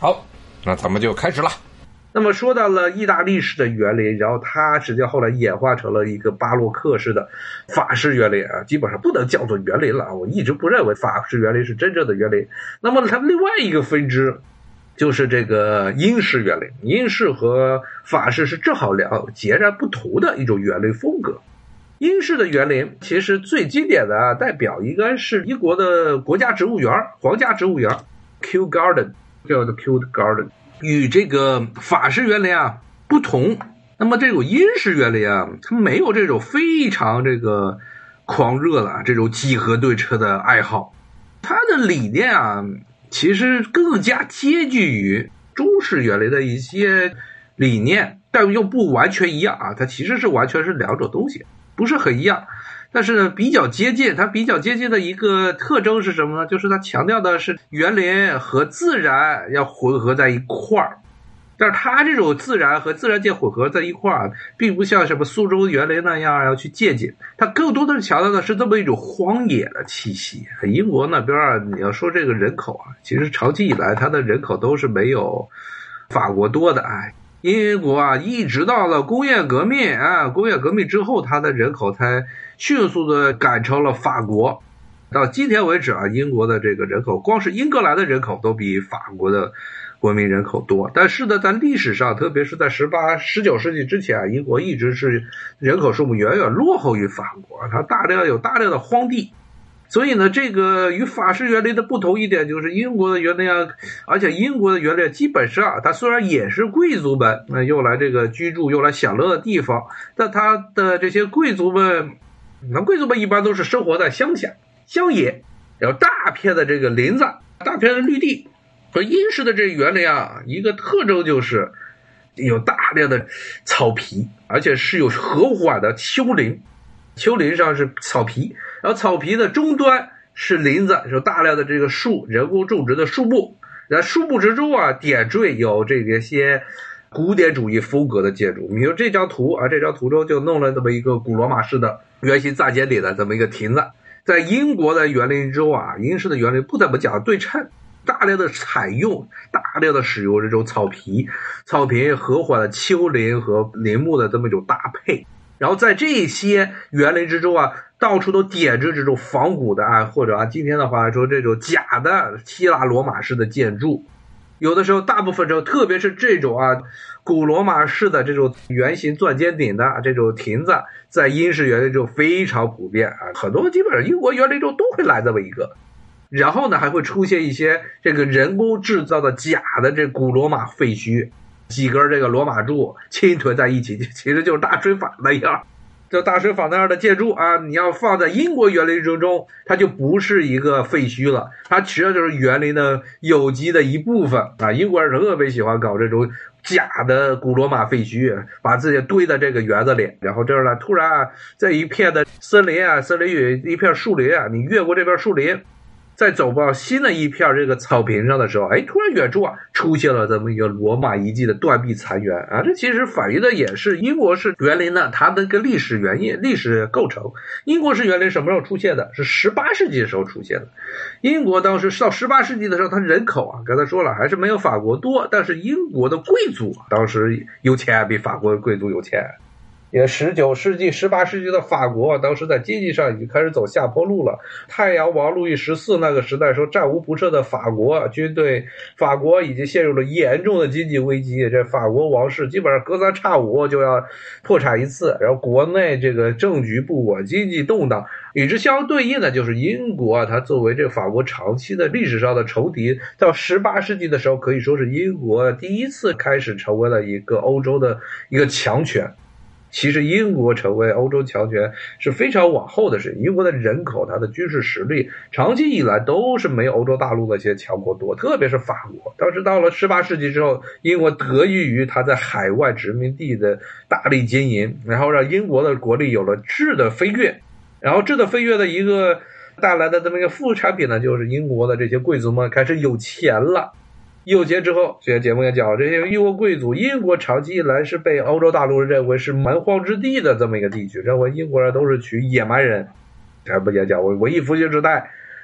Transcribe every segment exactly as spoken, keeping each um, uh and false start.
好，那咱们就开始了。 那么说到了意大利式的园林，然后它实际上后来演化成了一个巴洛克式的法式园林啊，基本上不能叫做园林了。我一直不认为法式园林是真正的园林。那么它另外一个分支就是这个英式园林，英式和法式是正好两截然不同的一种园林风格。英式的园林其实最经典的啊代表应该是英国的国家植物园，皇家植物园 Kew Garden， 叫做 Kew Garden。与这个法式园林啊不同，那么这种英式园林啊，它没有这种非常这个狂热的这种几何对称的爱好，它的理念啊其实更加接近于中式园林的一些理念，但又不完全一样啊，它其实是完全是两种东西，不是很一样，但是呢比较接近。它比较接近的一个特征是什么呢？就是它强调的是园林和自然要混合在一块儿。但是它这种自然和自然界混合在一块儿，并不像什么苏州园林那样要去借鉴，它更多的是强调的是这么一种荒野的气息。英国那边啊，你要说这个人口啊，其实长期以来它的人口都是没有法国多的。哎，英国啊，一直到了工业革命啊，工业革命之后，它的人口才迅速的赶超了法国。到今天为止啊，英国的这个人口，光是英格兰的人口都比法国的国民人口多。但是呢，在历史上，特别是在十八、十九世纪之前啊，英国一直是人口数目远远落后于法国，它大量有大量的荒地。所以呢，这个与法式园林的不同一点就是英国的园林啊，而且英国的园林基本上它虽然也是贵族们呃用来这个居住用来享乐的地方，但它的这些贵族们，那贵族们一般都是生活在乡下乡野，有大片的这个林子，大片的绿地。和英式的这个园林啊，一个特征就是有大量的草皮，而且是有和缓的丘陵，丘陵上是草皮，然后草皮的终端是林子，有大量的这个树，人工种植的树木，然后树木之中啊点缀有这个些古典主义风格的建筑。比如这张图啊，这张图中就弄了这么一个古罗马式的圆形大尖顶的这么一个亭子。在英国的园林中啊，英式的园林不怎么讲对称，大量的采用大量的使用这种草皮草坪和缓的丘陵和林木的这么一种搭配。然后在这些园林之中啊，到处都点缀这种仿古的啊，或者啊今天的话说这种假的希腊罗马式的建筑。有的时候大部分时候，特别是这种啊古罗马式的这种圆形钻尖顶的这种亭子，在英式园林中非常普遍啊，很多基本上英国园林中都会来这么一个。然后呢，还会出现一些这个人工制造的假的这古罗马废墟，几根这个罗马柱倾屯在一起，其实就是大水法那样。就大水法那样的建筑啊，你要放在英国园林之中，它就不是一个废墟了，它其实就是园林的有机的一部分啊。英国人特别喜欢搞这种假的古罗马废墟，把自己堆在这个园子里，然后这儿呢，突然啊，在一片的森林啊，森林与一片树林啊，你越过这片树林，在走到新的一片这个草坪上的时候，哎，突然远处啊出现了这么一个罗马遗迹的断壁残垣啊，这其实反映的也是英国式园林呢它的一个历史原因、历史构成。英国式园林什么时候出现的？是十八世纪的时候出现的。英国当时到十八世纪的时候，它人口啊，刚才说了还是没有法国多，但是英国的贵族当时有钱，比法国贵族有钱。也十九世纪、十八世纪的法国，当时在经济上已经开始走下坡路了。太阳王路易十四那个时代说，战无不胜的法国军队，法国已经陷入了严重的经济危机。这法国王室基本上隔三差五就要破产一次，然后国内这个政局不稳，经济动荡。与之相对应的就是英国，它作为这法国长期的历史上的仇敌，到十八世纪的时候，可以说是英国第一次开始成为了一个欧洲的一个强权。其实英国成为欧洲强权是非常往后的事。英国的人口，它的军事实力长期以来都是没有欧洲大陆的一些强国多，特别是法国。当时到了十八世纪之后，英国得益于它在海外殖民地的大力经营，然后让英国的国力有了质的飞跃。然后质的飞跃的一个带来的这么一个副产品呢，就是英国的这些贵族们开始有钱了。有钱之后，这些节目也讲，这些英国贵族，英国长期以来是被欧洲大陆认为是蛮荒之地的这么一个地区，认为英国人都是娶野蛮人。咱不也讲，文艺复兴时代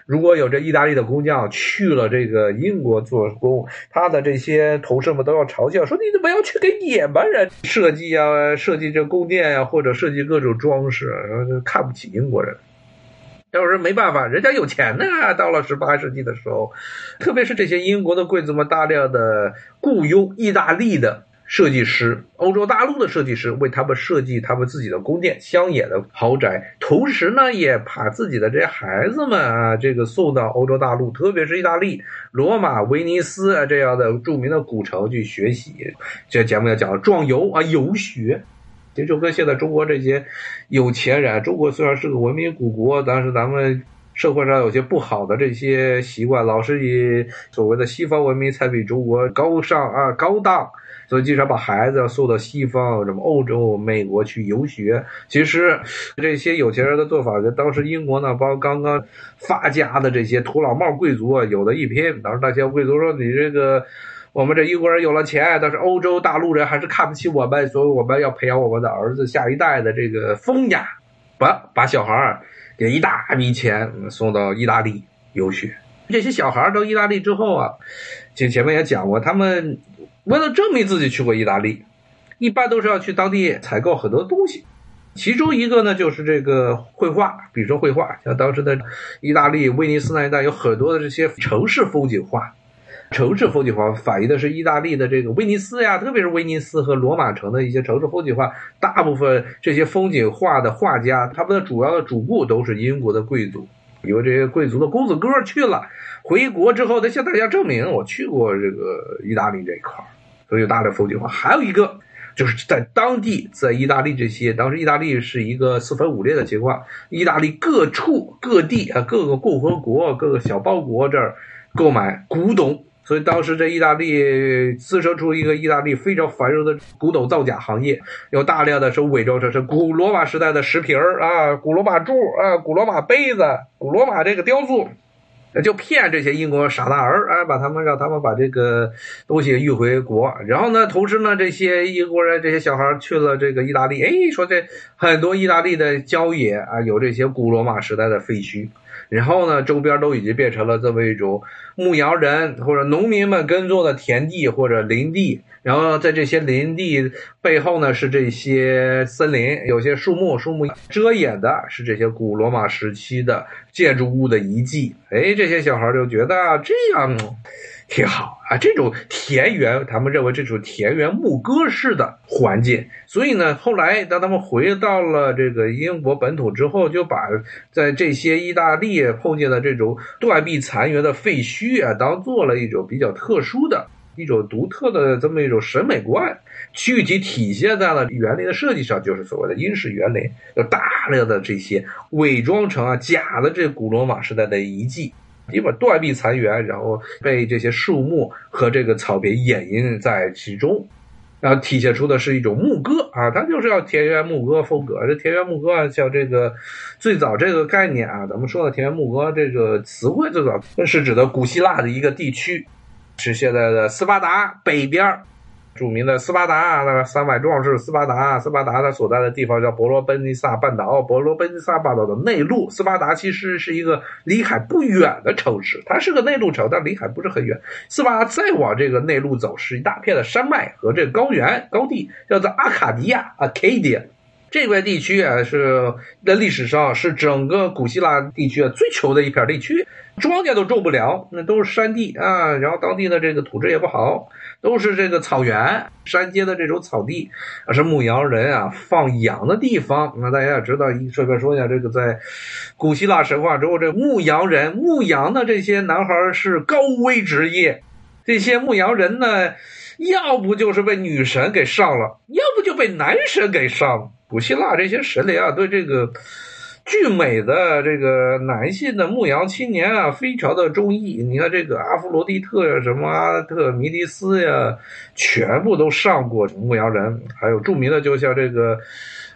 如果有这意大利的工匠去了这个英国做工，他的这些同事们都要嘲笑说：“你怎么要去给野蛮人设计啊，设计这宫殿啊，或者设计各种装饰，看不起英国人。”要是没办法，人家有钱呢。到了十八世纪的时候，特别是这些英国的贵族们大量的雇佣意大利的设计师、欧洲大陆的设计师为他们设计他们自己的宫殿、乡野的豪宅，同时呢，也把自己的这些孩子们啊，这个送到欧洲大陆，特别是意大利、罗马、威尼斯啊这样的著名的古城去学习。这节目要讲壮游啊，游学。其实就跟现在中国这些有钱人，中国虽然是个文明古国，但是咱们社会上有些不好的这些习惯，老是以所谓的西方文明才比中国高尚啊高档，所以经常把孩子送到西方，什么欧洲、美国去游学。其实这些有钱人的做法跟当时英国呢，包括刚刚发家的这些土老帽贵族啊，有的一拼。当时那些贵族说：“你这个。”我们这英国人有了钱，但是欧洲大陆人还是看不起我们，所以我们要培养我们的儿子下一代的这个风雅，把把小孩给一大笔钱送到意大利游学。这些小孩到意大利之后啊，前前面也讲过，他们为了证明自己去过意大利，一般都是要去当地采购很多东西。其中一个呢，就是这个绘画，比如说绘画，像当时的意大利威尼斯那一带有很多的这些城市风景画。城市风景画反映的是意大利的这个威尼斯呀，特别是威尼斯和罗马城的一些城市风景画。大部分这些风景画的画家，他们的主要的主顾都是英国的贵族，有这些贵族的公子哥去了，回国之后他向大家证明我去过这个意大利这一块，所以有大量风景画。还有一个就是在当地，在意大利这些，当时意大利是一个四分五裂的情况，意大利各处各地啊，各个共和国、各个小邦国这儿购买古董。所以当时这意大利滋生出一个意大利非常繁荣的古董造假行业，有大量的是伪装成是古罗马时代的石瓶啊、古罗马柱啊、古罗马杯子、古罗马这个雕塑，就骗这些英国傻大儿啊，把他们让他们把这个东西运回国。然后呢，同时呢，这些英国人这些小孩去了这个意大利，哎，说这很多意大利的郊野啊，有这些古罗马时代的废墟。然后呢，周边都已经变成了这么一种牧羊人或者农民们耕作的田地或者林地，然后在这些林地背后呢是这些森林，有些树木，树木遮掩的是这些古罗马时期的建筑物的遗迹。哎，这些小孩就觉得啊，这样挺好啊，这种田园，他们认为这种田园牧歌式的环境。所以呢，后来当他们回到了这个英国本土之后，就把在这些意大利碰见的这种断壁残垣的废墟啊，当做了一种比较特殊的一种独特的这么一种审美观，具体体现在了园林的设计上，就是所谓的英式园林，有大量的这些伪装成啊假的这古罗马时代的遗迹，基本断壁残垣，然后被这些树木和这个草坪掩映在其中，然后体现出的是一种牧歌啊，它就是要田园牧歌风格。这田园牧歌啊，像这个最早这个概念啊，咱们说的田园牧歌这个词汇最早是指的古希腊的一个地区，是现在的斯巴达北边著名的斯巴达，那个三百壮士斯巴达，斯巴达的所在的地方叫伯罗奔尼撒半岛，伯罗奔尼撒半岛的内陆，斯巴达其实是一个离海不远的城市，它是个内陆城，但离海不是很远。斯巴达再往这个内陆走，是一大片的山脉和这个高原高地，叫做阿卡迪亚 （Arcadia）。这块地区啊，是在历史上是整个古希腊地区啊最穷的一片地区，庄稼都种不了，那都是山地啊，然后当地的这个土质也不好，都是这个草原山间的这种草地，是牧羊人啊放羊的地方。那大家也知道，顺便说一下，这个在古希腊神话中，这牧羊人牧羊的这些男孩是高危职业，这些牧羊人呢，要不就是被女神给上了，要不就被男神给上了。古希腊这些神灵啊，对这个俊美的这个男性的牧羊青年啊，非常的中意。你看这个阿弗罗狄特呀，什么阿特弥迪斯呀，全部都上过牧羊人。还有著名的，就像这个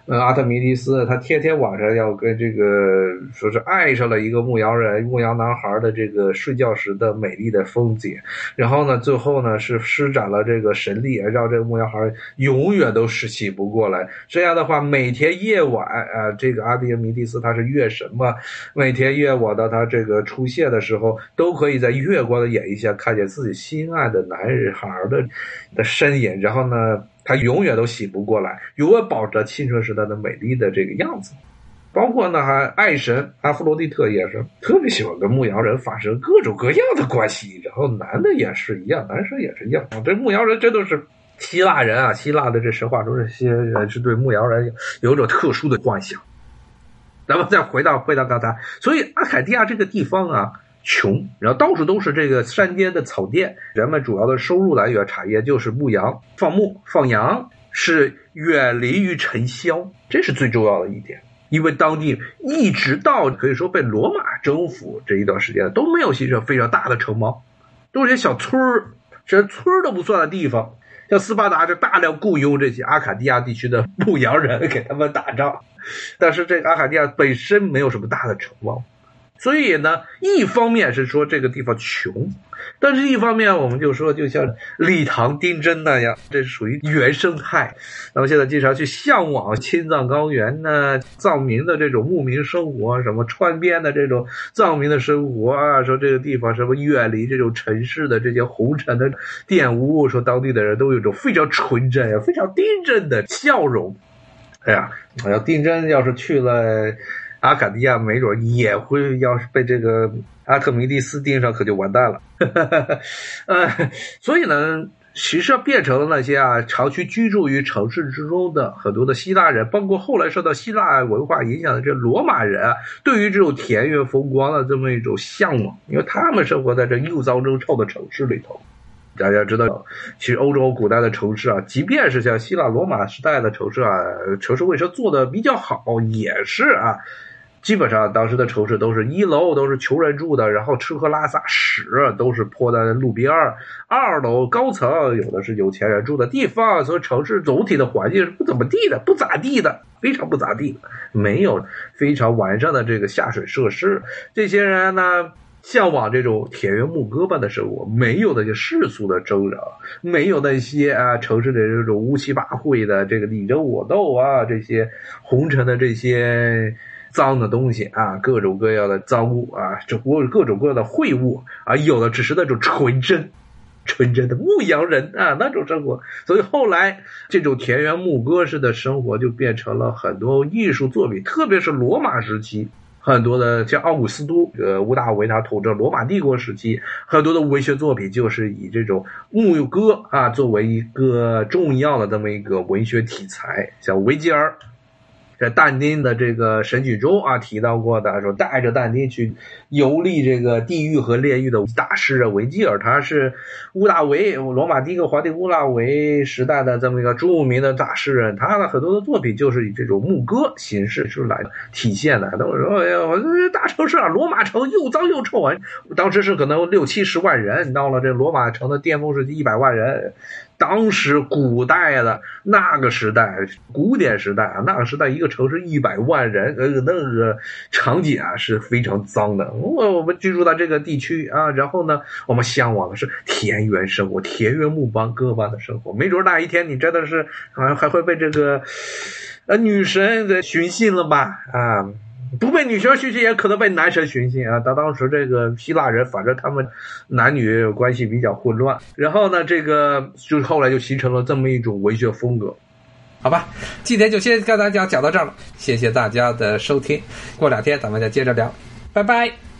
呃，阿特弥提斯他天天晚上要跟这个说是爱上了一个牧羊人牧羊男孩的这个睡觉时的美丽的风景，然后呢最后呢是施展了这个神力，让这个牧羊孩永远都是醒不过来。这样的话每天夜晚啊、呃，这个阿特弥提斯他是月神嘛，每天夜晚的他这个出现的时候都可以在月光的演绎下看见自己心爱的男孩的的身影，然后呢他永远都醒不过来，永远保持青春时代的美丽的这个样子。包括呢还爱神阿弗罗狄特也是特别喜欢跟牧羊人发生各种各样的关系，然后男的也是一样，男生也是一样。这牧羊人真的是希腊人啊，希腊的这神话中这些人是对牧羊人有有一种特殊的幻想。咱们再回到回到刚才，所以阿凯迪亚这个地方啊穷，然后到处都是这个山间的草甸，人们主要的收入来源产业就是牧羊、放牧、放羊，是远离于尘嚣，这是最重要的一点。因为当地一直到可以说被罗马征服这一段时间都没有形成非常大的城邦，都是些小村儿，这村儿都不算的地方。像斯巴达就大量雇佣这些阿卡迪亚地区的牧羊人给他们打仗，但是这个阿卡迪亚本身没有什么大的城邦。所以呢，一方面是说这个地方穷，但是一方面我们就说就像礼堂丁真那样，这是属于原生态。那么现在经常去向往青藏高原呢，藏民的这种牧民生活，什么川边的这种藏民的生活啊，说这个地方什么远离这种城市的这些红尘的玷污，说当地的人都有一种非常纯真非常丁真的笑容。哎呀，要丁真要是去了阿卡迪亚，没准也会要是被这个阿特弥蒂斯盯上，可就完蛋了。呃，所以呢，其实变成了那些啊长期居住于城市之中的很多的希腊人，包括后来受到希腊文化影响的这罗马人啊，对于这种田园风光的这么一种向往，因为他们生活在这又脏又臭的城市里头。大家知道，其实欧洲古代的城市啊，即便是像希腊罗马时代的城市啊，城市卫生做的比较好，也是啊基本上当时的城市都是一楼都是穷人住的，然后吃喝拉撒屎都是泼在路边，二楼高层有的是有钱人住的地方，所以城市总体的环境是不怎么地的，不咋地的，非常不咋地的，没有非常完善的这个下水设施。这些人呢向往这种田园牧歌般的生活，没有那些世俗的争扰，没有那些啊城市的这种乌七八会的这个你争我斗啊，这些红尘的这些脏的东西啊，各种各样的脏物啊，这各种各样的秽物啊，有的只是那种纯真纯真的牧羊人啊那种生活。所以后来这种田园牧歌式的生活就变成了很多艺术作品，特别是罗马时期很多的，像奥古斯都呃屋大维他统治罗马帝国时期，很多的文学作品就是以这种牧歌啊作为一个重要的这么一个文学题材。像维吉尔在但丁的这个神曲中啊提到过的，说带着但丁去游历这个地狱和炼狱的大诗人维吉尔，他是屋大维罗马第一个皇帝屋大维时代的这么一个著名的大诗人，他的很多的作品就是以这种牧歌形式出来体现的。都说哎呀，我这大城市啊，罗马城又脏又臭啊，当时是可能六七十万人，到了这罗马城的巅峰时期一百万人。当时古代的那个时代，古典时代啊，那个时代一个城市一百万人，呃，那个场景啊是非常脏的。我我们居住在这个地区啊，然后呢，我们向往的是田园生活，田园牧般歌般的生活。没准那一天你真的是啊，还会被这个呃女神给寻衅了吧？啊。不被女神寻衅，也可能被男神寻衅啊！到当时这个希腊人，反正他们男女关系比较混乱，然后呢，这个就是后来就形成了这么一种文学风格。 好吧，今天就先跟大家讲到这儿了，谢谢大家的收听，过两天咱们再接着聊，拜拜。